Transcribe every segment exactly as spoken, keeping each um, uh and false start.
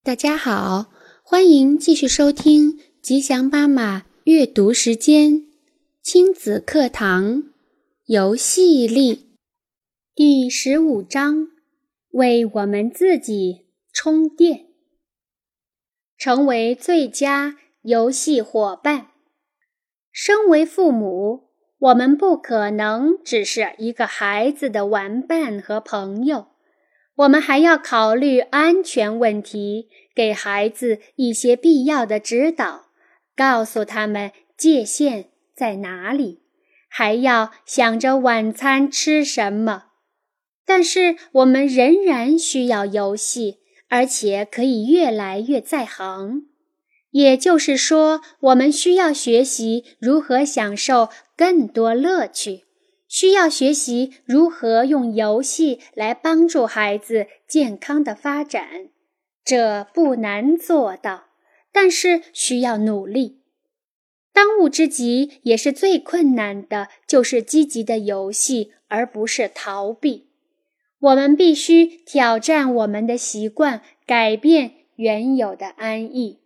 大家好，欢迎继续收听吉祥妈妈阅读时间亲子课堂游戏力第十五章，为我们自己充电，成为最佳游戏伙伴。身为父母，我们不可能只是一个孩子的玩伴和朋友，我们还要考虑安全问题，给孩子一些必要的指导，告诉他们界限在哪里，还要想着晚餐吃什么。但是我们仍然需要游戏，而且可以越来越在行。也就是说，我们需要学习如何享受更多乐趣，需要学习如何用游戏来帮助孩子健康的发展。这不难做到，但是需要努力。当务之急也是最困难的，就是积极的游戏，而不是逃避。我们必须挑战我们的习惯，改变原有的安逸。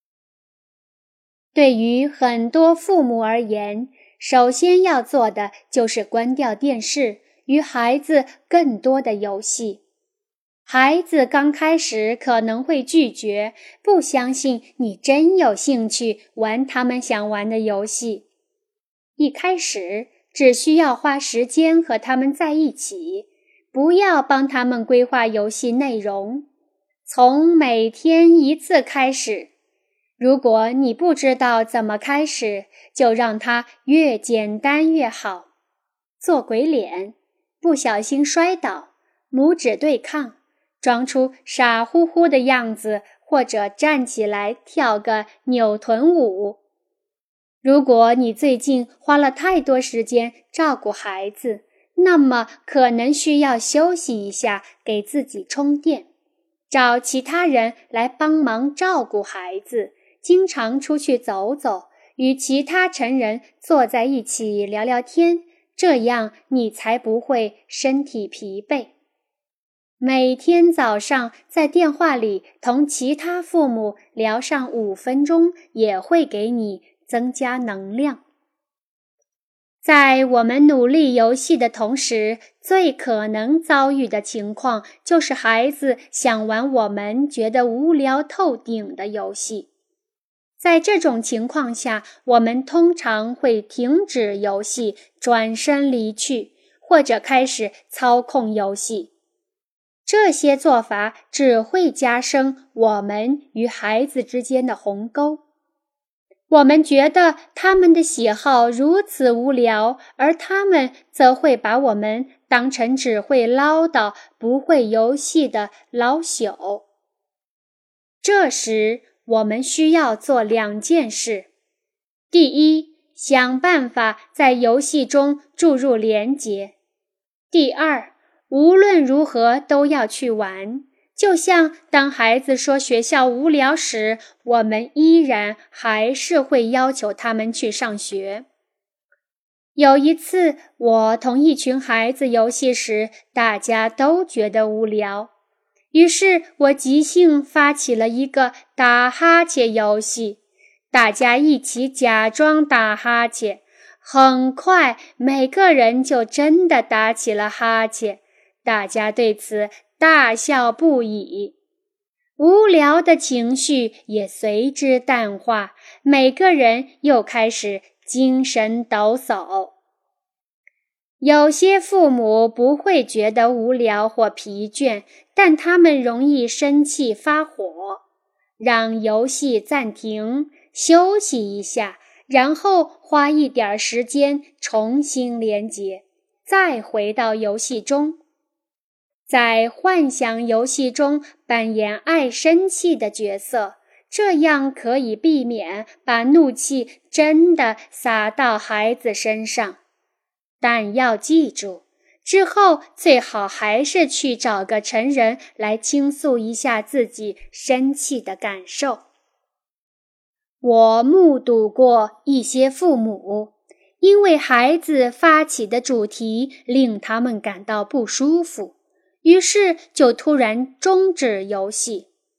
对于很多父母而言，首先要做的就是关掉电视，与孩子更多的游戏。孩子刚开始可能会拒绝，不相信你真有兴趣玩他们想玩的游戏。一开始只需要花时间和他们在一起，不要帮他们规划游戏内容。从每天一次开始，如果你不知道怎么开始，就让它越简单越好。做鬼脸，不小心摔倒，拇指对抗，装出傻乎乎的样子，或者站起来跳个扭臀舞。如果你最近花了太多时间照顾孩子，那么可能需要休息一下，给自己充电，找其他人来帮忙照顾孩子，经常出去走走，与其他成人坐在一起聊聊天，这样你才不会身体疲惫。每天早上在电话里同其他父母聊上五分钟，也会给你增加能量。在我们努力游戏的同时，最可能遭遇的情况就是孩子想玩我们觉得无聊透顶的游戏。在这种情况下，我们通常会停止游戏，转身离去，或者开始操控游戏。这些做法只会加深我们与孩子之间的鸿沟。我们觉得他们的喜好如此无聊，而他们则会把我们当成只会唠叨、不会游戏的老朽。这时，我们需要做两件事。第一，想办法在游戏中注入连结。第二，无论如何都要去玩。就像当孩子说学校无聊时，我们依然还是会要求他们去上学。有一次，我同一群孩子游戏时，大家都觉得无聊。于是我即兴发起了一个打哈欠游戏，大家一起假装打哈欠，很快每个人就真的打起了哈欠，大家对此大笑不已，无聊的情绪也随之淡化，每个人又开始精神抖擞。有些父母不会觉得无聊或疲倦，但他们容易生气发火。让游戏暂停，休息一下，然后花一点时间重新连结，再回到游戏中。在幻想游戏中扮演爱生气的角色，这样可以避免把怒气真的撒到孩子身上。但要记住，之后最好还是去找个成人来倾诉一下自己生气的感受。我目睹过一些父母，因为孩子发起的主题令他们感到不舒服，于是就突然终止游戏。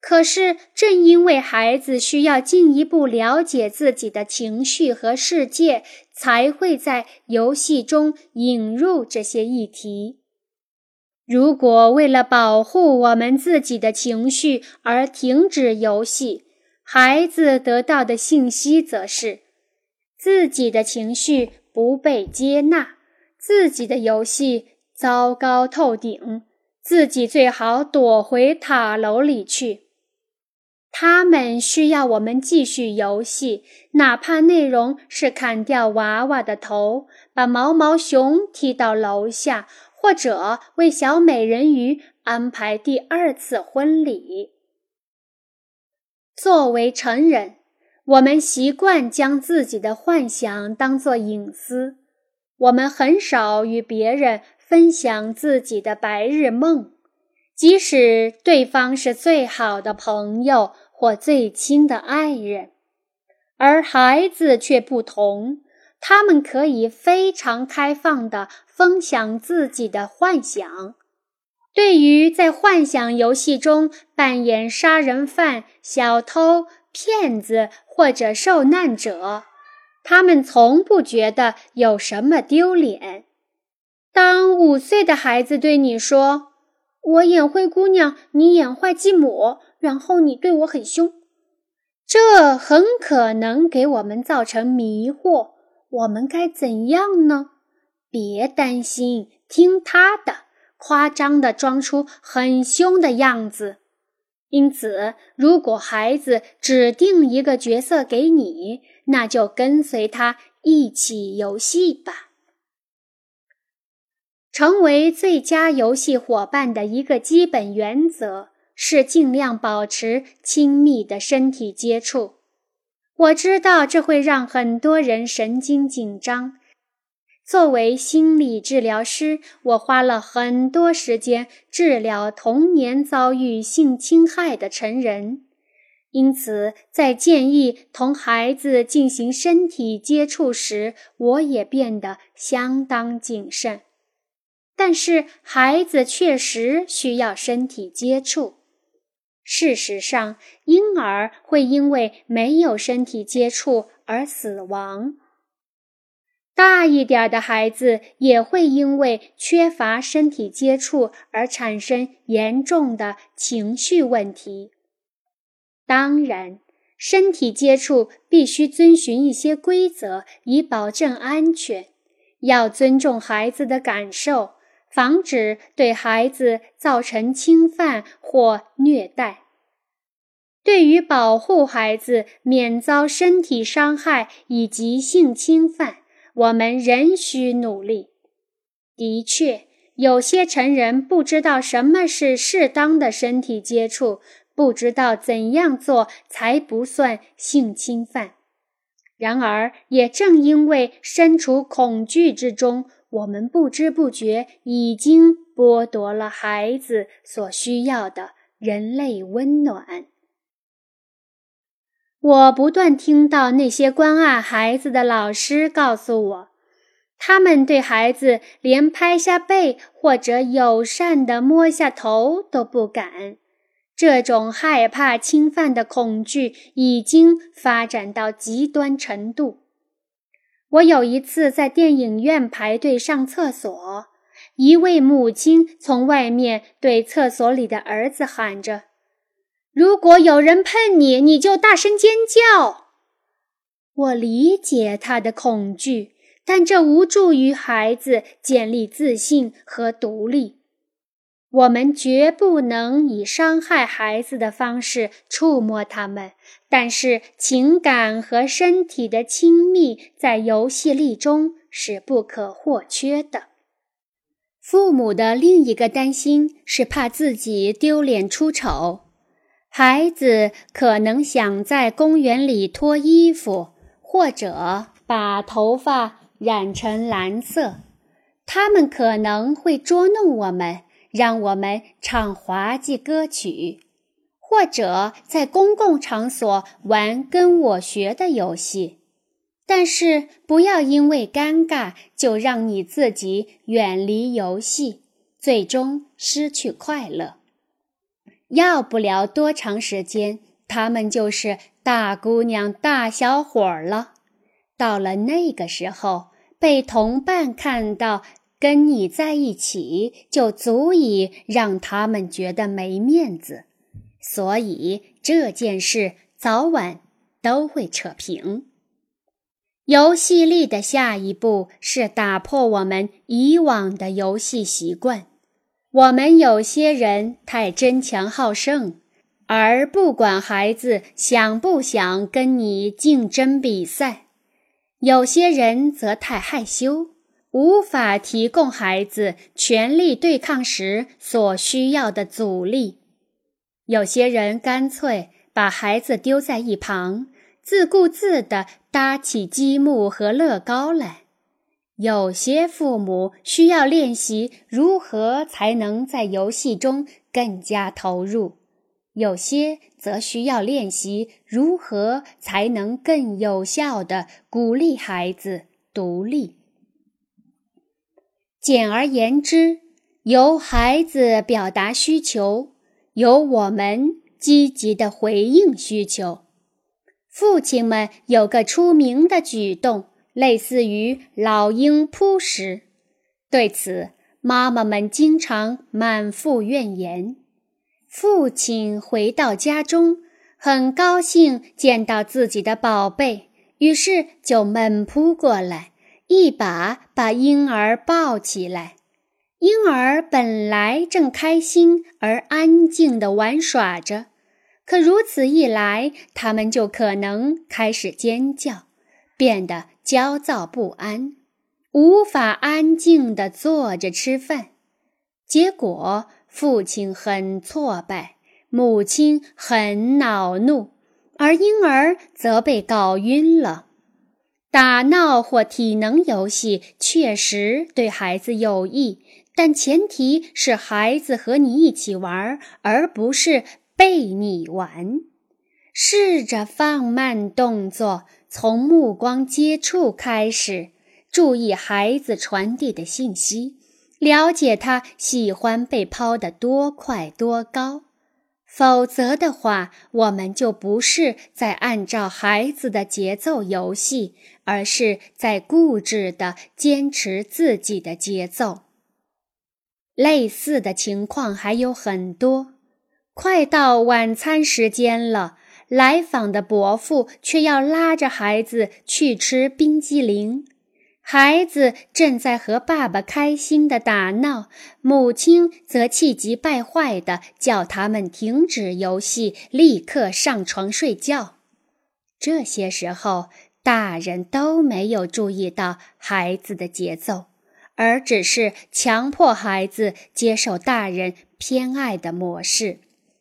可是，正因为孩子需要进一步了解自己的情绪和世界，才会在游戏中引入这些议题。如果为了保护我们自己的情绪而停止游戏，孩子得到的信息则是自己的情绪不被接纳，自己的游戏糟糕透顶，自己最好躲回塔楼里去。他们需要我们继续游戏，哪怕内容是砍掉娃娃的头，把毛毛熊踢到楼下，或者为小美人鱼安排第二次婚礼。作为成人，我们习惯将自己的幻想当作隐私，我们很少与别人分享自己的白日梦，即使对方是最好的朋友或最亲的爱人。而孩子却不同，他们可以非常开放地分享自己的幻想。对于在幻想游戏中扮演杀人犯、小偷、骗子或者受难者，他们从不觉得有什么丢脸。当五岁的孩子对你说，我演灰姑娘，你演坏继母，然后你对我很凶，这很可能给我们造成迷惑，我们该怎样呢？别担心，听他的，夸张地装出很凶的样子。因此，如果孩子指定一个角色给你，那就跟随他一起游戏吧。成为最佳游戏伙伴的一个基本原则是尽量保持亲密的身体接触。我知道这会让很多人神经紧张。作为心理治疗师，我花了很多时间治疗童年遭遇性侵害的成人，因此在建议同孩子进行身体接触时，我也变得相当谨慎。但是孩子确实需要身体接触。事实上，婴儿会因为没有身体接触而死亡。大一点的孩子也会因为缺乏身体接触而产生严重的情绪问题。当然，身体接触必须遵循一些规则，以保证安全。要尊重孩子的感受，防止对孩子造成侵犯或虐待。对于保护孩子免遭身体伤害以及性侵犯，我们仍需努力。的确，有些成人不知道什么是适当的身体接触，不知道怎样做才不算性侵犯。然而，也正因为身处恐惧之中，我们不知不觉已经剥夺了孩子所需要的人类温暖。我不断听到那些关爱孩子的老师告诉我，他们对孩子连拍下背或者友善地摸下头都不敢。这种害怕侵犯的恐惧已经发展到极端程度。我有一次在电影院排队上厕所，一位母亲从外面对厕所里的儿子喊着，如果有人碰你，你就大声尖叫。我理解他的恐惧，但这无助于孩子建立自信和独立。我们绝不能以伤害孩子的方式触摸他们，但是情感和身体的亲密在游戏力中是不可或缺的。父母的另一个担心是怕自己丢脸出丑。孩子可能想在公园里脱衣服，或者把头发染成蓝色。他们可能会捉弄我们，让我们唱滑稽歌曲，或者在公共场所玩跟我学的游戏。但是不要因为尴尬就让你自己远离游戏，最终失去快乐。 要不了多长时间，他们就是大姑娘大小伙儿了。到了那个时候，被同伴看到跟你在一起，就足以让他们觉得没面子。所以这件事早晚都会扯平。游戏力的下一步是打破我们以往的游戏习惯。我们有些人太争强好胜，而不管孩子想不想跟你竞争比赛。有些人则太害羞，无法提供孩子全力对抗时所需要的阻力。有些人干脆把孩子丢在一旁，自顾自地搭起积木和乐高来。有些父母需要练习如何才能在游戏中更加投入，有些则需要练习如何才能更有效地鼓励孩子独立。简而言之，由孩子表达需求，由我们积极地回应需求。父亲们有个出名的举动，类似于老鹰扑食，对此妈妈们经常满腹怨言。父亲回到家中，很高兴见到自己的宝贝，于是就猛扑过来，一把把婴儿抱起来。婴儿本来正开心而安静地玩耍着，可如此一来，他们就可能开始尖叫，变得焦躁不安，无法安静地坐着吃饭。结果父亲很挫败，母亲很恼怒，而婴儿则被搞晕了。打闹或体能游戏确实对孩子有益，但前提是孩子和你一起玩，而不是被你玩。试着放慢动作，从目光接触开始，注意孩子传递的信息，了解他喜欢被抛得多快多高。否则的话，我们就不是在按照孩子的节奏游戏，而是在固执地坚持自己的节奏。类似的情况还有很多。快到晚餐时间了，来访的伯父却要拉着孩子去吃冰激凌。孩子正在和爸爸开心地打闹，母亲则气急败坏地叫他们停止游戏，立刻上床睡觉。这些时候，大人都没有注意到孩子的节奏，而只是强迫孩子接受大人偏爱的模式。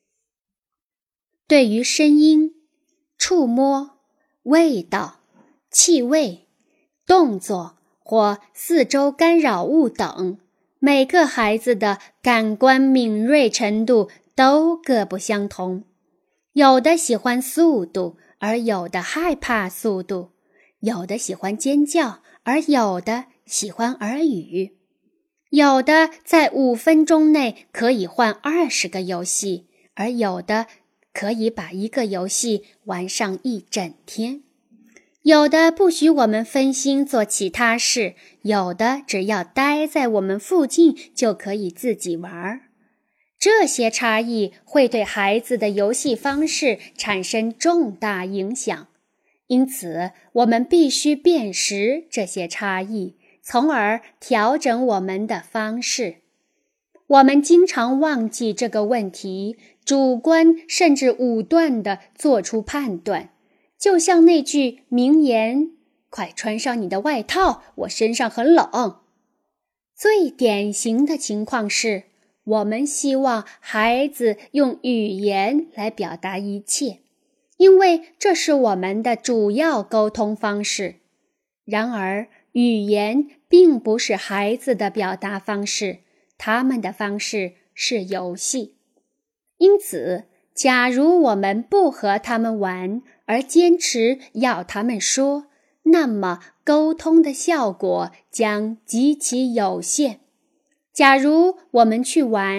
对于声音、触摸、味道、气味、动作或四周干扰物等，每个孩子的感官敏锐程度都各不相同。有的喜欢速度，而有的害怕速度；有的喜欢尖叫，而有的喜欢耳语；有的在五分钟内可以换二十个游戏，而有的可以把一个游戏玩上一整天。有的不许我们分心做其他事，有的只要待在我们附近就可以自己玩。这些差异会对孩子的游戏方式产生重大影响，因此我们必须辨识这些差异，从而调整我们的方式。我们经常忘记这个问题，主观甚至武断地做出判断，就像那句名言：快穿上你的外套，我身上很冷。最典型的情况是，我们希望孩子用语言来表达一切，因为这是我们的主要沟通方式。然而，语言并不是孩子的表达方式，他们的方式是游戏。因此，假如我们不和他们玩，而坚持要他们说，那么沟通的效果将极其有限。假如我们去玩，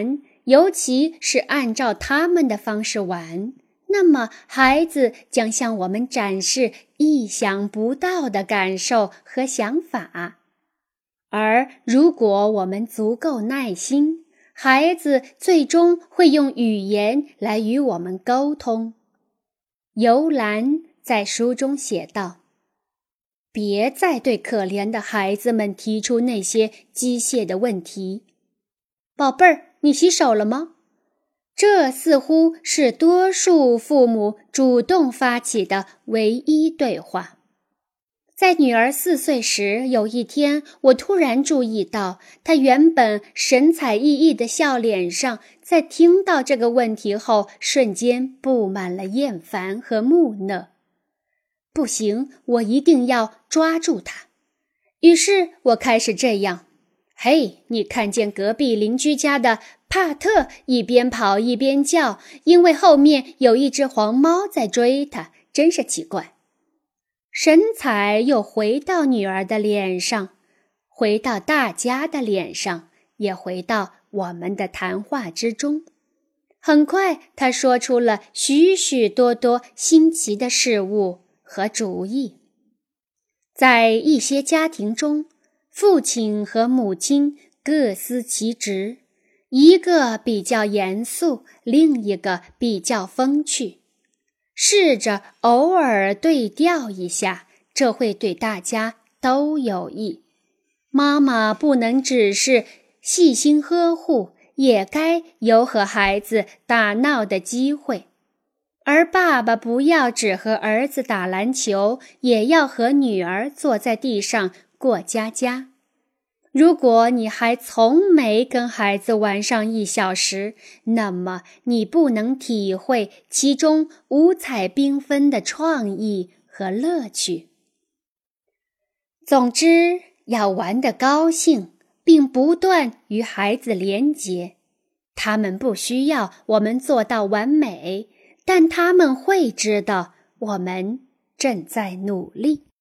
尤其是按照他们的方式玩，那么孩子将向我们展示意想不到的感受和想法。而如果我们足够耐心，孩子最终会用语言来与我们沟通。尤兰在书中写道：别再对可怜的孩子们提出那些机械的问题。宝贝儿，你洗手了吗？这似乎是多数父母主动发起的唯一对话。在女儿四岁时，有一天，我突然注意到，她原本神采奕奕的笑脸上，在听到这个问题后，瞬间布满了厌烦和木讷。不行，我一定要抓住她。于是我开始这样：嘿，你看见隔壁邻居家的帕特一边跑一边叫，因为后面有一只黄猫在追他，真是奇怪。神采又回到女儿的脸上，回到大家的脸上，也回到我们的谈话之中。很快，她说出了许许多多新奇的事物和主意。在一些家庭中，父亲和母亲各司其职，一个比较严肃，另一个比较风趣。试着偶尔对调一下，这会对大家都有益。妈妈不能只是细心呵护，也该有和孩子打闹的机会。而爸爸不要只和儿子打篮球，也要和女儿坐在地上过家家。如果你还从没跟孩子玩上一小时，那么你不能体会其中五彩缤纷的创意和乐趣。总之，要玩得高兴，并不断与孩子连结。他们不需要我们做到完美，但他们会知道我们正在努力。